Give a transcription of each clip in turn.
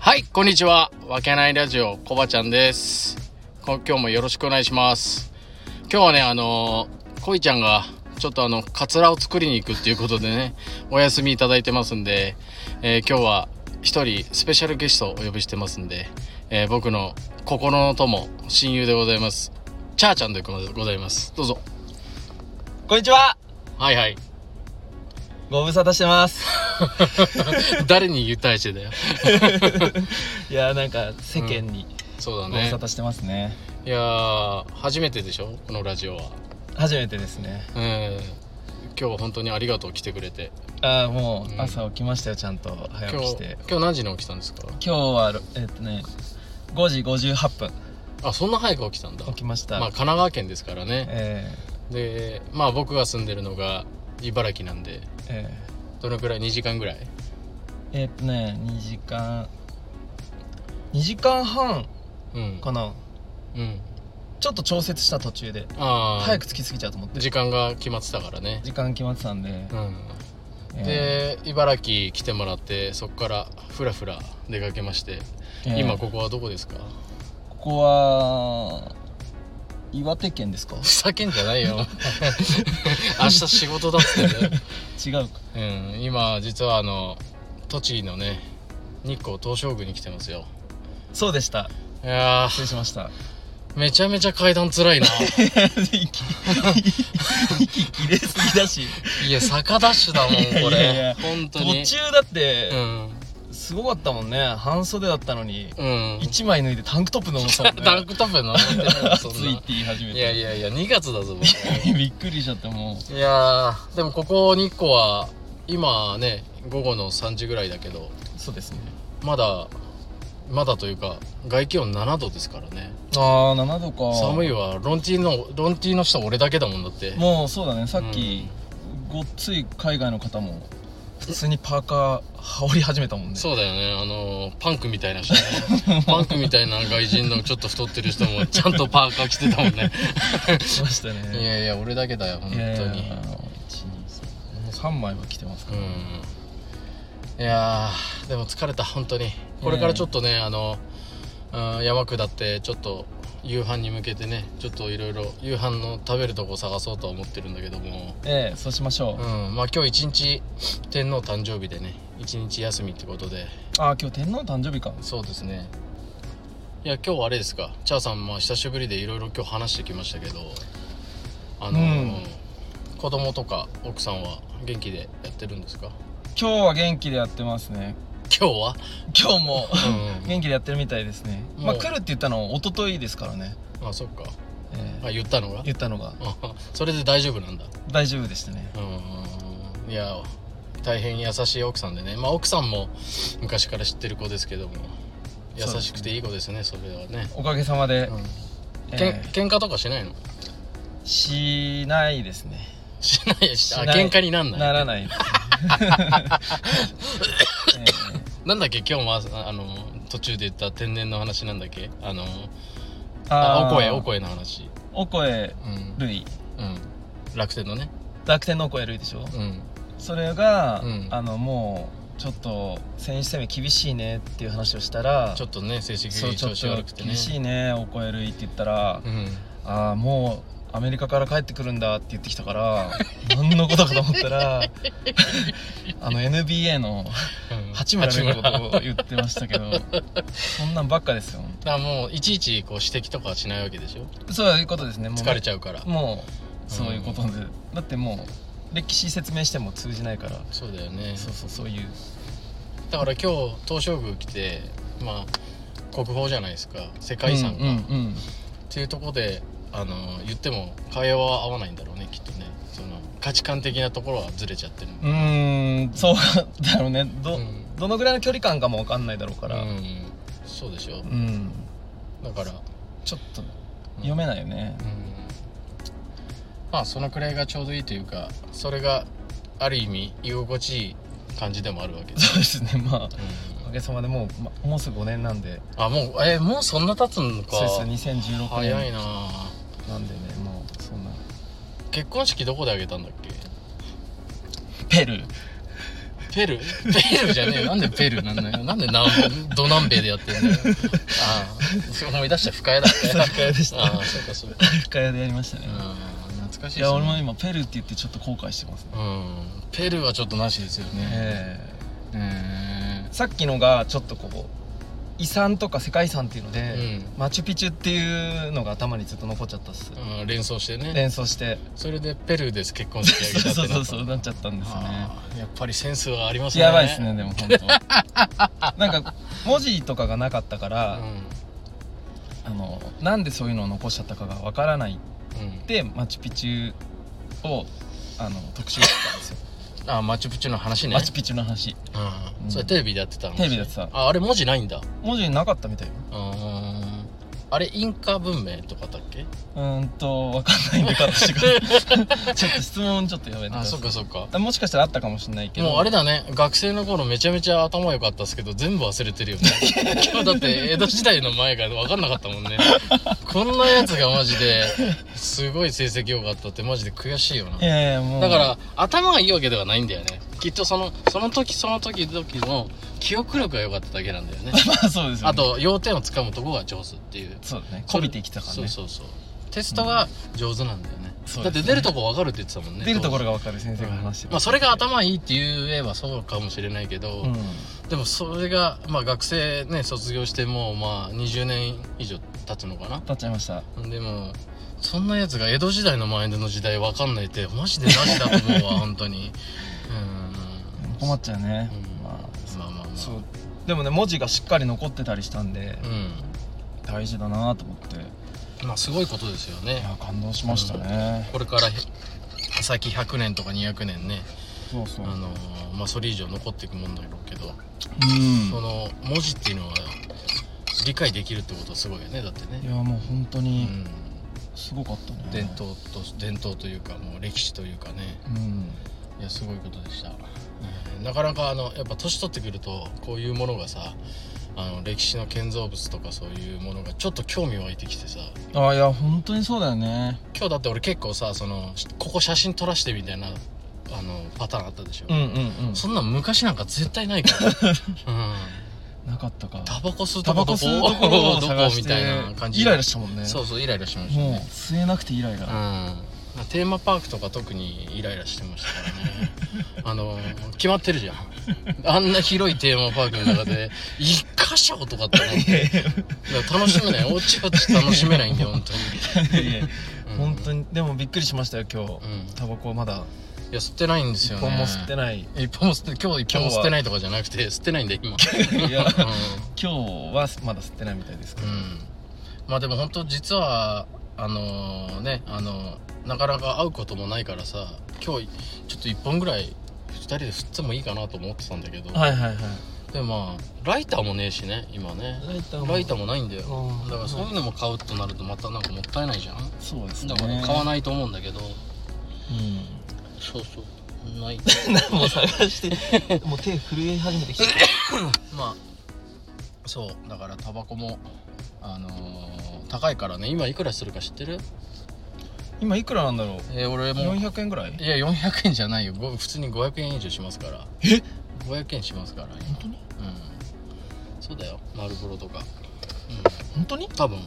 はい、こんにちは。わけないラジオコバちゃんです。今日もよろしくお願いします。今日はねこいちゃんがちょっとカツラを作りに行くっていうことでね、お休みいただいてますんで、今日は一人スペシャルゲストをお呼びしてますんで、僕の心の友、親友でございますチャーちゃんでございます。どうぞ。 こんにちは。 はいはい。 ご無沙汰してます誰に言ったりしてだよいやなんか世間に、 そうだね。 ご無沙汰してますね。 いや初めてでしょ、このラジオは。 初めてですね。 今日は本当にありがとう、来てくれて。 もう朝起きましたよ、ちゃんと早起きして。 今日何時に起きたんですか？ 今日は5時58分。 あ、そんな早く起きたんだ。 起きました。 神奈川県ですからね。で僕が住んでるのが茨城なんで、どのくらい？2時間ぐらい 2時間半かな。ちょっで調節した途中で早く着きすぎちゃうと思って。 時間が決まってたからね。 時間決まってたんで、 で茨城来てもらって、そこからふらふら出かけまして、今ここはどこですか？ ここは岩手県ですか？ ふざけんじゃないよ明日仕事だってね違うか。 今実は栃木のね、日光東照宮に来てますよ。 そうでした。 いや失礼しました。 めちゃめちゃ階段つらいな息切れすぎだし。 いや坂ダッシュだもんこれ。 いやいや本当に途中だって、すごかったもんね。半袖だったのに、1枚脱いでタンクトップのもんね。 タンクトップの暑いって言い始めて。 いや2月だぞびっくりしちゃって。もういやでもここ日光は今ね午後の3時ぐらいだけど。 そうですね。 まだというか外気温7度ですからね。 7度か。 寒いわ。ロンティーの下俺だけだもんだって。 もうそうだね。さっき、ごっつい海外の方も普通にパーカー羽織り始めたもんね。 そうだよね。パンクみたいな人ねパンクみたいな外人のちょっと太ってる人もちゃんとパーカー着てたもんねしましたね。 いや俺だけだよ本当に。 3枚は着てますから、 いやでも疲れた本当に。これからちょっとね山下ってちょっと夕飯に向けてね、ちょっといろいろ夕飯の食べるとこ探そうとは思ってるんだけども。 そうしましょう。 今日一日天皇誕生日でね、一日休みってことで。 今日天皇誕生日か。 そうですね。いや今日はあれですか、チャーさん久しぶりでいろいろ今日話してきましたけど、子供とか奥さんは元気でやってるんですか？ 今日は元気でやってますね。 今日も元気でやってるみたいですね。来るって言ったの一昨日ですからね。 そっか。言ったのがそれで大丈夫なんだ。 大丈夫でしたね。 いや大変優しい奥さんでね。奥さんも昔から知ってる子ですけども、優しくていい子ですね。それはね、 おかげさまで。 喧嘩とかしないの？ しないですね。 しないし。喧嘩になんない？ ならないですなんだっけ今日も途中で言った天然の話なんだっけ？お声の話。 お声類、 楽天のね。 楽天のお声類でしょ。それが、もうちょっと選手生命厳しいねっていう話をしたら、 ちょっとね成績調子悪くてね、 厳しいねお声類って言ったら、もうアメリカから帰ってくるんだって言ってきたから何のことかと思ったらNBA の八村塁のことを言ってましたけどそんなんばっかですよ。 もういちいちこう指摘とかはしないわけでしょ。 そういうことですね。 疲れちゃうから。 もうそういうことで、だってもう歴史説明しても通じないから。 そうだよね。 そういう。 だから今日東照宮来て、国宝じゃないですか、世界遺産が、っていうところで言っても会話は合わないんだろうね、きっとね。その価値観的なところはずれちゃってる。 そうだろうね。どのぐらいの距離感かも分かんないだろうから。 そうでしょ。だからちょっと読めないよね。 そのくらいがちょうどいいというか、それがある意味居心地いい感じでもあるわけです。 そうですね。おかげさまでもうすぐ5年なんで。 もうそんな経つのか。 そうです。2016年早いな。 なんでね、もうそんな。 結婚式どこであげたんだっけ？ ペルペルじゃねえ。なんでペルなんだよ。なんでド南米でやってんだよ。ああ、思い出した。深谷だ。 深谷でした。 ああ、そうか。 深谷でやりましたね。 懐かしいですね。 いや、俺も今ペルって言ってちょっと後悔してますね。 ペルはちょっとなしですよね。 さっきのがちょっとこう遺産とか世界遺産っていうので、マチュピチュっていうのが頭にずっと残っちゃったっす。 連想してね。 連想してそれでペルーで結婚式挙げたってなった。 そうなっちゃったんですね。 やっぱりセンスはありますね。 やばいですね。でも本当なんか文字とかがなかったから、なんでそういうのを残しちゃったかがわからないで、マチュピチュを特集してたんですよ。 マチュピチュの話ね。 マチュピチュの話。 それテレビでやってたの？ テレビでやってた。 あれ文字ないんだ。 文字なかったみたいよ。 あれインカ文明とかだっけ？ わかんないんでカットしてください。ちょっと質問ちょっとやめてください。 そっか。 もしかしたらあったかもしれないけど。 もうあれだね、学生の頃めちゃめちゃ頭良かったっすけど全部忘れてるよね。今日だって江戸時代の前が分かんなかったもんね。こんなやつがマジですごい成績良かったってマジで悔しいよな。 いやいや、もうだから頭がいいわけではないんだよね。きっとその時の記憶力が良かっただけなんだよね。 まあそうですよね。 あと要点をつかむとこが上手っていう。 そうだね。こびてきたからね。 そうテストが上手なんだよね。だって出るとこ分かるって言ってたもんね。 出るところが分かる先生が話してる。 それが頭いいって言えばそうかもしれないけど、でもそれが学生ね卒業しても20年以上経つのかな。 経っちゃいました。 でもそんなやつが江戸時代の前の時代分かんないってマジで何だと思うわ。本当に困っちゃうね。そうでもね、文字がしっかり残ってたりしたんで、大事だなと思って。 すごいことですよね。 いや感動しましたね。 これから先100年とか200年ね、 そうそれ以上残っていくもんだろうけど、その文字っていうのは理解できるってことはすごいよね。だってね。 いやもう本当にすごかったね。 伝統というかもう歴史というかね。いやすごいことでした。なかなかやっぱ年取ってくるとこういうものがさ、歴史の建造物とかそういうものがちょっと興味湧いてきてさ。 いや本当にそうだよね。 今日だって俺結構さここ写真撮らしてみたいなパターンあったでしょ。そんな昔なんか絶対ないから。 なかったか。 タバコ吸うとこどこみたいな感じ。 イライラしたもんね。 そうイライラしましたね。 もう吸えなくてイライラ。 テーマパークとか特にイライラしてましたからね。決まってるじゃん。あんな広いテーマパークの中で一箇所とかって思って楽しめない。おち楽しめないんだよ本当に。 本当に。でもびっくりしましたよ今日。タバコまだ吸ってないんですよね。 一本も吸ってない。 今日一本も吸ってないとかじゃなくて吸ってないんだ今。 いや今日はまだ吸ってないみたいですけど。 でも本当実はなかなか会うこともないからさ、今日ちょっと1本ぐらい2人で吸ってもいいかなと思ってたんだけど、でもライターもねえしね今ね。ライターもないんだよ。だからそういうのも買うとなるとまたなんかもったいないじゃん。 そうですね。 だから買わないと思うんだけど。そうない。 もう探してもう手震え始めてきた。 そうだからタバコも高いからね。今いくらするか知ってる？ 今いくらなんだろう。 俺も 400円ぐらい。 いや400円じゃないよ。普通に500円以上しますから。500円しますから。 本当に？ そうだよ。丸風呂とか。 本当に？ 多分。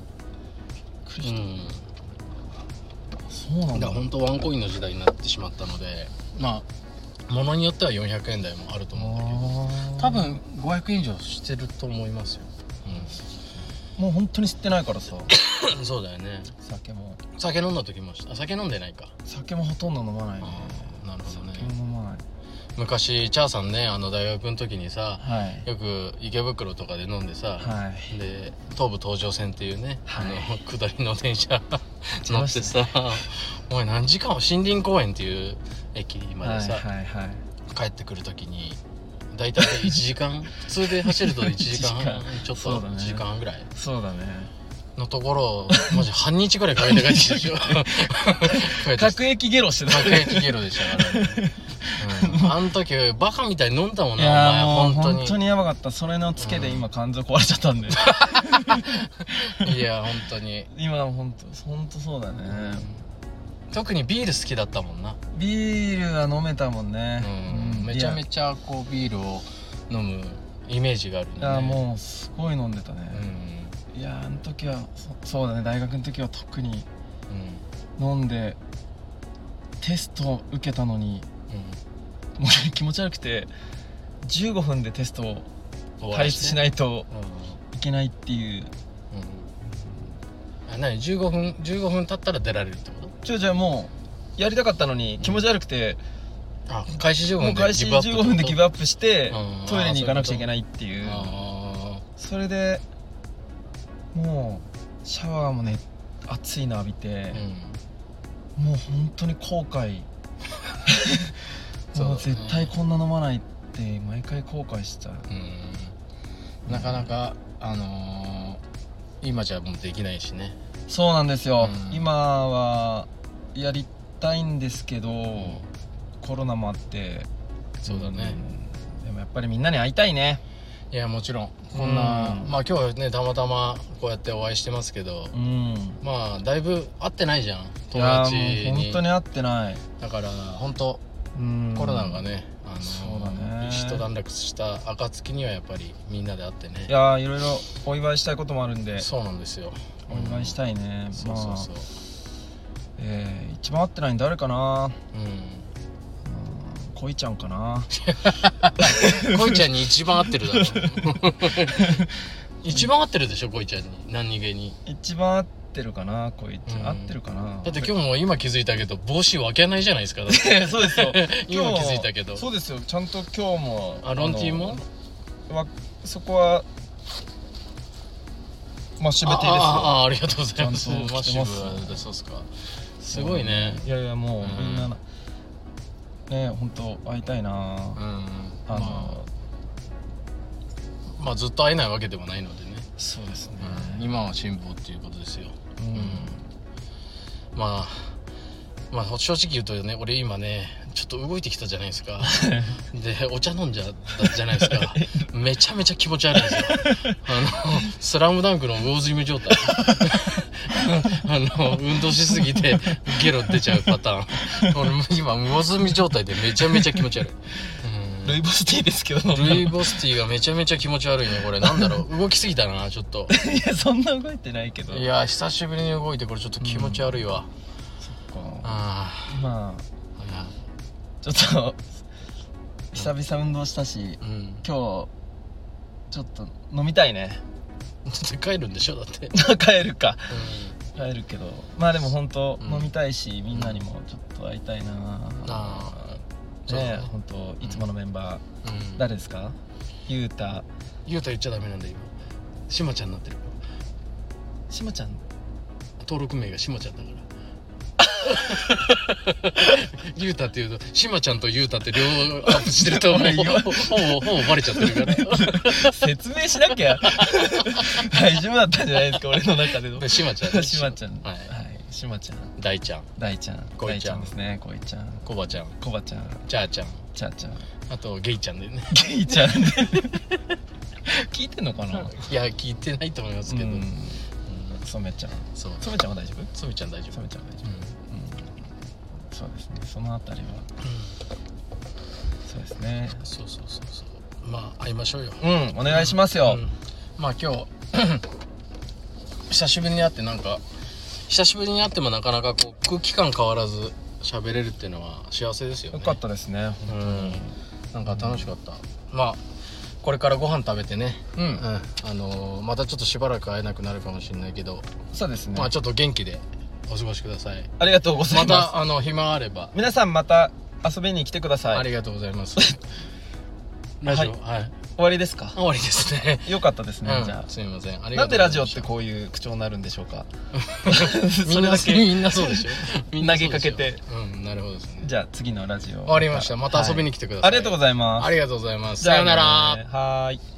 そうなんだ。 本当ワンコインの時代になってしまったので、物によっては400円台もあると思うんだけど、多分500円以上してると思いますよ。 もう本当に吸ってないからさ。 そうだよね。酒飲んだ時も酒飲んでないか。 酒もほとんど飲まないね。 なるほどね。 酒も飲まない。 昔チャーさんね大学の時にさ、よく池袋とかで飲んでさ、で東武東上線っていうね、下りの電車乗ってさ、お前何時間森林公園っていう駅までさ、帰ってくる時に大体1時間普通で走ると1時間ちょっと1時間半ぐらいのところをマジ半日ぐらいかけて帰ってきたでしょ。 各駅ゲロしてた。 各駅ゲロでしたからね。あの時バカみたいに飲んだもんな。 いやもう本当にやばかった。それのツケで今肝臓壊れちゃったんで。 いや本当に今本当そうだね。 特にビール好きだったもんな。 ビールは飲めたもんね。 めちゃめちゃこうビールを飲むイメージがあるんで、ね、 いやもうすごい飲んでたね、いやあの時はそうだね、大学の時は特に飲んで、テスト受けたのに、もう気持ち悪くて15分でテストを退出しないといけないっていう、 何15分経ったら出られるってこと？ じゃあもうやりたかったのに気持ち悪くて、 開始15分でもう開始15分でギブアップしてトイレに行かなくちゃいけないっていう。それでもうシャワーもね熱いの浴びて、もう本当に後悔もう絶対こんな飲まないって毎回後悔した。 なかなか今じゃもうできないしね。 そうなんですよ、今はやりたいんですけど、コロナもあって。 そうだね、 でもやっぱりみんなに会いたいね。 いやもちろんこんな、まあ今日はねたまたまこうやってお会いしてますけど、まあだいぶ会ってないじゃん、友達に。 いやもう本当に会ってない。 だから本当コロナがねそうだね、 一段落した暁にはやっぱりみんなで会ってね。 いやいろいろお祝いしたいこともあるんで。 そうなんですよ、 お祝いしたいね。 そうそうそう、 一番会ってないの誰かな。恋ちゃんかな。 恋ちゃんに一番合ってるだろ。一番合ってるでしょ恋ちゃんに、何気に一番合ってるかな、恋ちゃん、合ってるかな。 だって今日も今気づいたけど帽子分けないじゃないですか。だってそうですよ今気づいたけど。 そうですよ、ちゃんと今日もロンティーもそこはマッシュベティですよ。 ありがとうございます。マッシュベそうっすか。すごいね。いやもうみんなね、本当会いたいな。 まあずっと会えないわけでもないのでね。 そうですね、 今は辛抱っていうことですよ。まあ正直言うとね、俺今ねちょっと動いてきたじゃないですか。でお茶飲んじゃったじゃないですか。めちゃめちゃ気持ち悪いんですよ。スラムダンクの魚住状態。運動しすぎてゲロ出ちゃうパターン。俺今魚住状態でめちゃめちゃ気持ち悪い。 ルイボスティーですけど。 ルイボスティーがめちゃめちゃ気持ち悪いねこれ。なんだろう、動きすぎたなちょっと。 いやそんな動いてないけど。 いや久しぶりに動いてこれちょっと気持ち悪いわ。 そっか。まあちょっと久々運動したし、今日ちょっと飲みたいね。 帰るんでしょだって。 帰るか、帰るけど、まあでも本当飲みたいし、みんなにもちょっと会いたいな。ね、本当いつものメンバー、誰ですか？ゆうた言っちゃダメなんだ今。しまちゃんになってる。 しまちゃん登録名がしまちゃんだから。ゆうたっていうとしまちゃんとゆうたって両アップしてるとほぼバレちゃってるから説明しなきゃ大丈夫だったんじゃないですか俺の中での。 しまちゃん、 しまちゃん、はい、しまちゃん、 大ちゃん、 こいちゃんですね。こいちゃん、 こばちゃん、 こばちゃん、 ちゃーちゃん、あとゲイちゃんでね。 ゲイちゃん聞いてんのかな。 いや聞いてないと思いますけど。 そめちゃん、そめちゃんは大丈夫？そめちゃん大丈夫。そうですね、そのあたりはそうですね。 そうまあ会いましょうよ。 お願いしますよ。 まあ今日久しぶりに会って久しぶりに会ってもなかなかこう空気感変わらず喋れるっていうのは幸せですよね。 よかったですね本当に。 なんか楽しかった。まあこれからご飯食べてね、またちょっとしばらく会えなくなるかもしれないけど、 そうですね、 まあちょっと元気でお過ごしください。 ありがとうございます。 また暇あれば皆さんまた遊びに来てください。 ありがとうございます。ラジオ、 終わりですか？ 終わりですね。 よかったですね。じゃあすみません。 なんでラジオってこういう口調になるんでしょうか？ みんなそうでしょ。 投げかけて。 なるほどですね。 じゃあ次のラジオ終わりました。また遊びに来てください。 ありがとうございます。 ありがとうございます。さよなら。 はい。